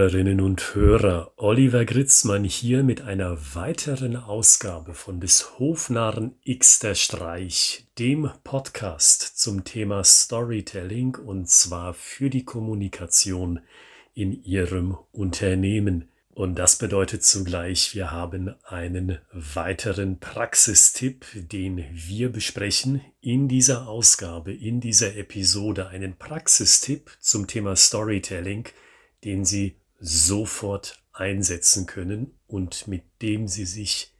Hörerinnen und Hörer, Oliver Gritzmann hier mit einer weiteren Ausgabe von des Hofnarren X'ter Streich, dem Podcast zum Thema Storytelling und zwar für die Kommunikation in Ihrem Unternehmen. Und das bedeutet zugleich, wir haben einen weiteren Praxistipp, den wir besprechen in dieser Ausgabe, in dieser Episode. Einen Praxistipp zum Thema Storytelling, den Sie sofort einsetzen können und mit dem Sie sich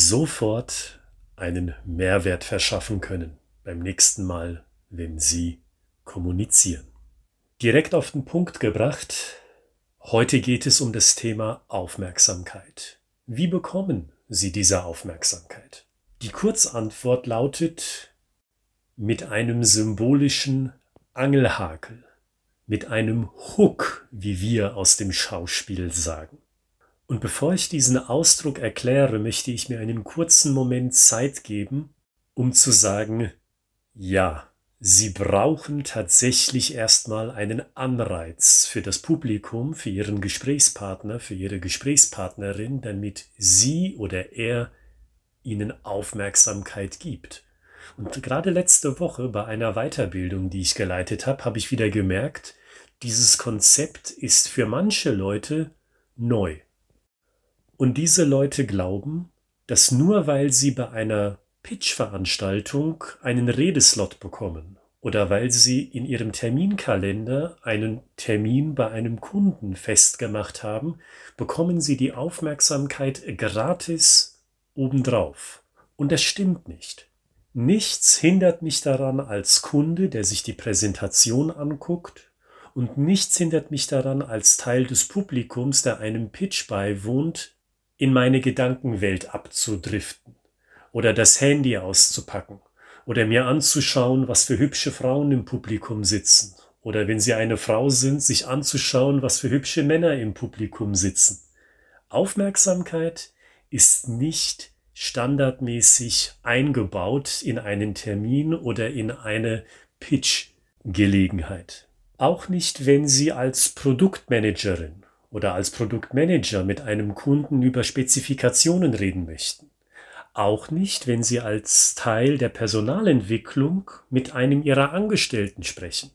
sofort einen Mehrwert verschaffen können beim nächsten Mal, wenn Sie kommunizieren. Direkt auf den Punkt gebracht, heute geht es um das Thema Aufmerksamkeit. Wie bekommen Sie diese Aufmerksamkeit? Die Kurzantwort lautet mit einem symbolischen Angelhakel. Mit einem Hook, wie wir aus dem Schauspiel sagen. Und bevor ich diesen Ausdruck erkläre, möchte ich mir einen kurzen Moment Zeit geben, um zu sagen, ja, Sie brauchen tatsächlich erstmal einen Anreiz für das Publikum, für Ihren Gesprächspartner, für Ihre Gesprächspartnerin, damit sie oder er Ihnen Aufmerksamkeit gibt. Und gerade letzte Woche bei einer Weiterbildung, die ich geleitet habe, habe ich wieder gemerkt, dieses Konzept ist für manche Leute neu. Und diese Leute glauben, dass nur weil sie bei einer Pitch-Veranstaltung einen Redeslot bekommen oder weil sie in ihrem Terminkalender einen Termin bei einem Kunden festgemacht haben, bekommen sie die Aufmerksamkeit gratis obendrauf. Und das stimmt nicht. Nichts hindert mich daran als Kunde, der sich die Präsentation anguckt, und nichts hindert mich daran, als Teil des Publikums, der einem Pitch beiwohnt, in meine Gedankenwelt abzudriften oder das Handy auszupacken oder mir anzuschauen, was für hübsche Frauen im Publikum sitzen oder wenn Sie eine Frau sind, sich anzuschauen, was für hübsche Männer im Publikum sitzen. Aufmerksamkeit ist nicht standardmäßig eingebaut in einen Termin oder in eine Pitch-Gelegenheit. Auch nicht, wenn Sie als Produktmanagerin oder als Produktmanager mit einem Kunden über Spezifikationen reden möchten. Auch nicht, wenn Sie als Teil der Personalentwicklung mit einem Ihrer Angestellten sprechen.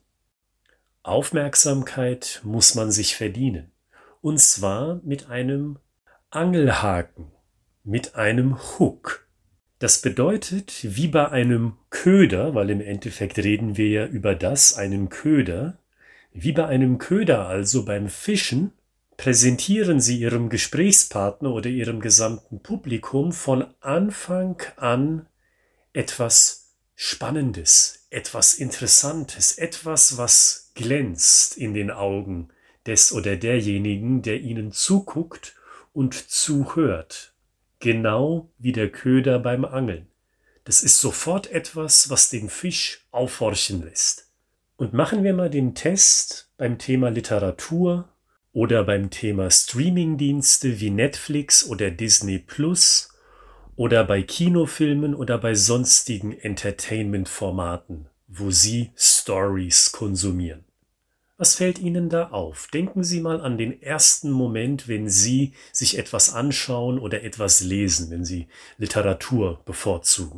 Aufmerksamkeit muss man sich verdienen. Und zwar mit einem Angelhaken, mit einem Hook. Das bedeutet, wie bei einem Köder, weil im Endeffekt reden wir ja über einen Köder, wie bei einem Köder also beim Fischen, präsentieren Sie Ihrem Gesprächspartner oder Ihrem gesamten Publikum von Anfang an etwas Spannendes, etwas Interessantes, etwas, was glänzt in den Augen des oder derjenigen, der Ihnen zuguckt und zuhört. Genau wie der Köder beim Angeln. Das ist sofort etwas, was den Fisch aufhorchen lässt. Und machen wir mal den Test beim Thema Literatur oder beim Thema Streamingdienste wie Netflix oder Disney Plus oder bei Kinofilmen oder bei sonstigen Entertainment-Formaten, wo Sie Stories konsumieren. Was fällt Ihnen da auf? Denken Sie mal an den ersten Moment, wenn Sie sich etwas anschauen oder etwas lesen, wenn Sie Literatur bevorzugen.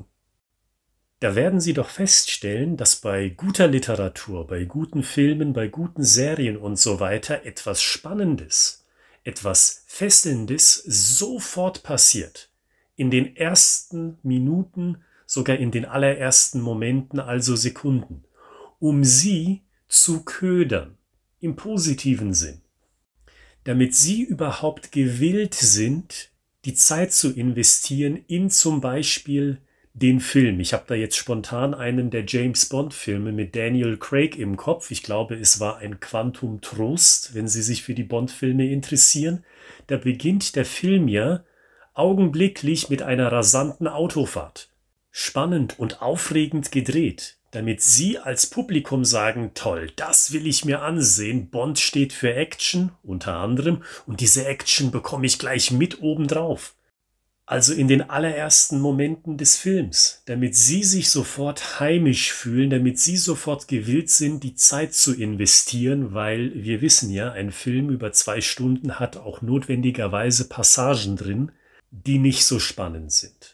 Da werden Sie doch feststellen, dass bei guter Literatur, bei guten Filmen, bei guten Serien und so weiter etwas Spannendes, etwas Fesselndes sofort passiert. In den ersten Minuten, sogar in den allerersten Momenten, also Sekunden, um Sie zu ködern, im positiven Sinn, damit Sie überhaupt gewillt sind, die Zeit zu investieren in zum Beispiel den Film. Ich habe da jetzt spontan einen der James-Bond-Filme mit Daniel Craig im Kopf. Ich glaube, es war ein Quantum Trost, wenn Sie sich für die Bond-Filme interessieren. Da beginnt der Film ja augenblicklich mit einer rasanten Autofahrt. Spannend und aufregend gedreht, damit Sie als Publikum sagen, toll, das will ich mir ansehen. Bond steht für Action, unter anderem, und diese Action bekomme ich gleich mit obendrauf. Also in den allerersten Momenten des Films, damit Sie sich sofort heimisch fühlen, damit Sie sofort gewillt sind, die Zeit zu investieren, weil wir wissen ja, ein Film über 2 Stunden hat auch notwendigerweise Passagen drin, die nicht so spannend sind.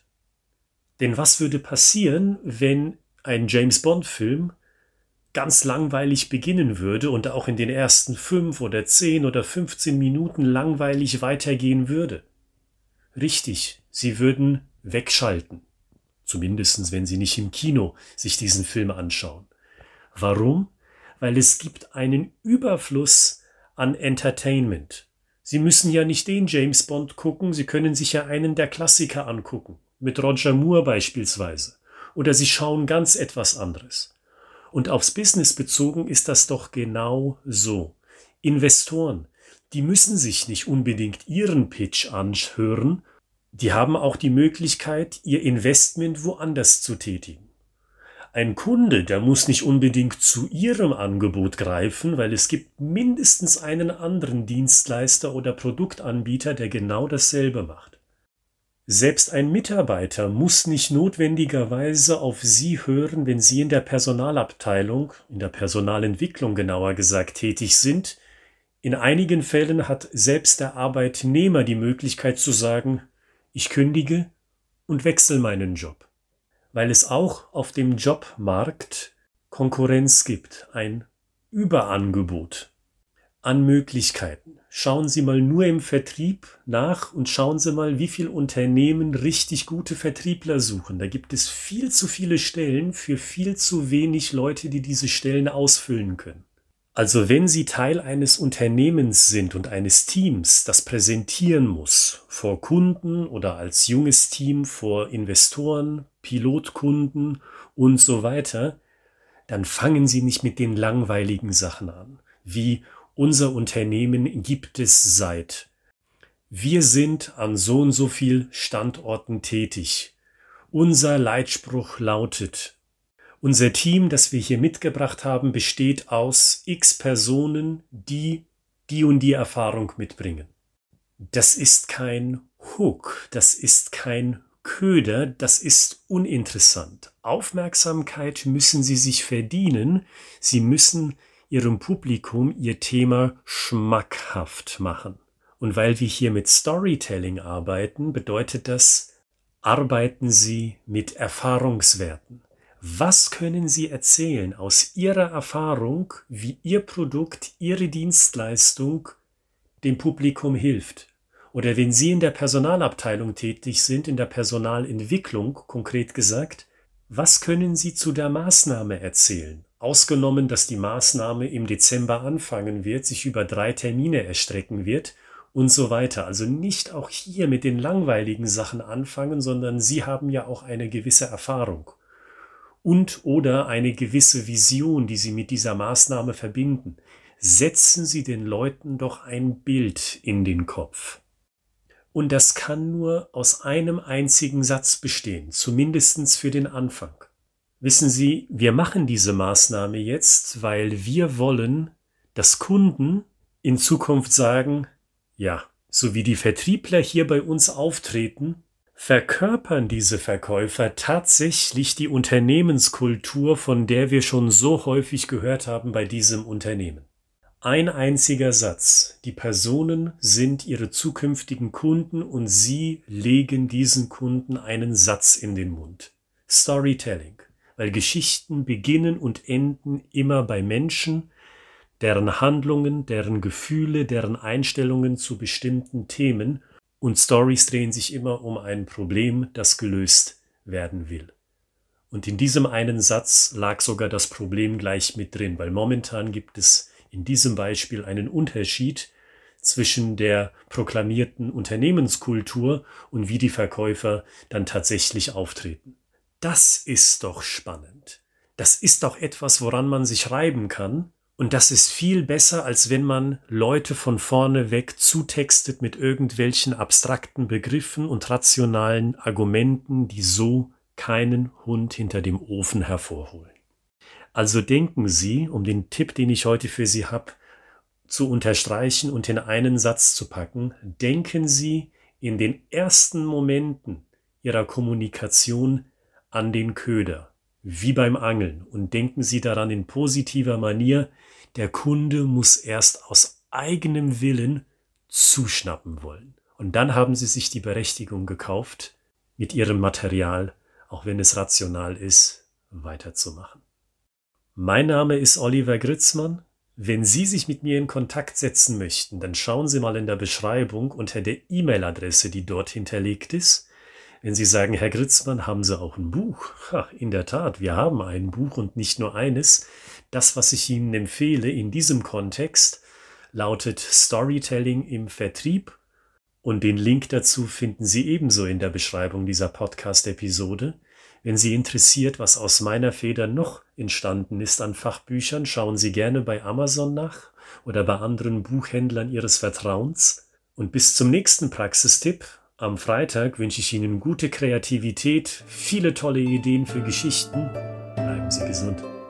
Denn was würde passieren, wenn ein James-Bond-Film ganz langweilig beginnen würde und auch in den ersten 5 oder 10 oder 15 Minuten langweilig weitergehen würde? Richtig, Sie würden wegschalten. Zumindest wenn Sie nicht im Kino sich diesen Film anschauen. Warum? Weil es gibt einen Überfluss an Entertainment. Sie müssen ja nicht den James Bond gucken, Sie können sich ja einen der Klassiker angucken, mit Roger Moore beispielsweise. Oder Sie schauen ganz etwas anderes. Und aufs Business bezogen ist das doch genau so. Investoren, die müssen sich nicht unbedingt Ihren Pitch anhören, die haben auch die Möglichkeit, ihr Investment woanders zu tätigen. Ein Kunde, der muss nicht unbedingt zu Ihrem Angebot greifen, weil es gibt mindestens einen anderen Dienstleister oder Produktanbieter, der genau dasselbe macht. Selbst ein Mitarbeiter muss nicht notwendigerweise auf Sie hören, wenn Sie in der Personalabteilung, in der Personalentwicklung genauer gesagt, tätig sind. In einigen Fällen hat selbst der Arbeitnehmer die Möglichkeit zu sagen, ich kündige und wechsle meinen Job. Weil es auch auf dem Jobmarkt Konkurrenz gibt, ein Überangebot an Möglichkeiten. Schauen Sie mal nur im Vertrieb nach und schauen Sie mal, wie viele Unternehmen richtig gute Vertriebler suchen. Da gibt es viel zu viele Stellen für viel zu wenig Leute, die diese Stellen ausfüllen können. Also wenn Sie Teil eines Unternehmens sind und eines Teams, das präsentieren muss, vor Kunden oder als junges Team vor Investoren, Pilotkunden und so weiter, dann fangen Sie nicht mit den langweiligen Sachen an, wie unser Unternehmen gibt es seit. Wir sind an so und so viel Standorten tätig. Unser Leitspruch lautet: Unser Team, das wir hier mitgebracht haben, besteht aus X Personen, die die und die Erfahrung mitbringen. Das ist kein Hook, das ist kein Köder, das ist uninteressant. Aufmerksamkeit müssen Sie sich verdienen. Sie müssen Ihrem Publikum Ihr Thema schmackhaft machen. Und weil wir hier mit Storytelling arbeiten, bedeutet das, arbeiten Sie mit Erfahrungswerten. Was können Sie erzählen aus Ihrer Erfahrung, wie Ihr Produkt, Ihre Dienstleistung dem Publikum hilft? Oder wenn Sie in der Personalabteilung tätig sind, in der Personalentwicklung konkret gesagt, was können Sie zu der Maßnahme erzählen? Ausgenommen, dass die Maßnahme im Dezember anfangen wird, sich über 3 Termine erstrecken wird und so weiter. Also nicht auch hier mit den langweiligen Sachen anfangen, sondern Sie haben ja auch eine gewisse Erfahrung. Und oder eine gewisse Vision, die Sie mit dieser Maßnahme verbinden. Setzen Sie den Leuten doch ein Bild in den Kopf. Und das kann nur aus einem einzigen Satz bestehen, zumindest für den Anfang. Wissen Sie, wir machen diese Maßnahme jetzt, weil wir wollen, dass Kunden in Zukunft sagen, ja, so wie die Vertriebler hier bei uns auftreten, verkörpern diese Verkäufer tatsächlich die Unternehmenskultur, von der wir schon so häufig gehört haben bei diesem Unternehmen. Ein einziger Satz. Die Personen sind Ihre zukünftigen Kunden und Sie legen diesen Kunden einen Satz in den Mund. Storytelling. Weil Geschichten beginnen und enden immer bei Menschen, deren Handlungen, deren Gefühle, deren Einstellungen zu bestimmten Themen. Und Stories drehen sich immer um ein Problem, das gelöst werden will. Und in diesem einen Satz lag sogar das Problem gleich mit drin, weil momentan gibt es in diesem Beispiel einen Unterschied zwischen der proklamierten Unternehmenskultur und wie die Verkäufer dann tatsächlich auftreten. Das ist doch spannend. Das ist doch etwas, woran man sich reiben kann. Und das ist viel besser, als wenn man Leute von vorne weg zutextet mit irgendwelchen abstrakten Begriffen und rationalen Argumenten, die so keinen Hund hinter dem Ofen hervorholen. Also denken Sie, um den Tipp, den ich heute für Sie habe, zu unterstreichen und in einen Satz zu packen, denken Sie in den ersten Momenten Ihrer Kommunikation an den Köder, wie beim Angeln. Und denken Sie daran in positiver Manier, der Kunde muss erst aus eigenem Willen zuschnappen wollen. Und dann haben Sie sich die Berechtigung gekauft, mit Ihrem Material, auch wenn es rational ist, weiterzumachen. Mein Name ist Oliver Gritzmann. Wenn Sie sich mit mir in Kontakt setzen möchten, dann schauen Sie mal in der Beschreibung unter der E-Mail-Adresse, die dort hinterlegt ist. Wenn Sie sagen, Herr Gritzmann, haben Sie auch ein Buch? Ha, in der Tat, wir haben ein Buch und nicht nur eines. Das, was ich Ihnen empfehle in diesem Kontext, lautet Storytelling im Vertrieb. Und den Link dazu finden Sie ebenso in der Beschreibung dieser Podcast-Episode. Wenn Sie interessiert, was aus meiner Feder noch entstanden ist an Fachbüchern, schauen Sie gerne bei Amazon nach oder bei anderen Buchhändlern Ihres Vertrauens. Und bis zum nächsten Praxistipp. Am Freitag wünsche ich Ihnen gute Kreativität, viele tolle Ideen für Geschichten. Bleiben Sie gesund.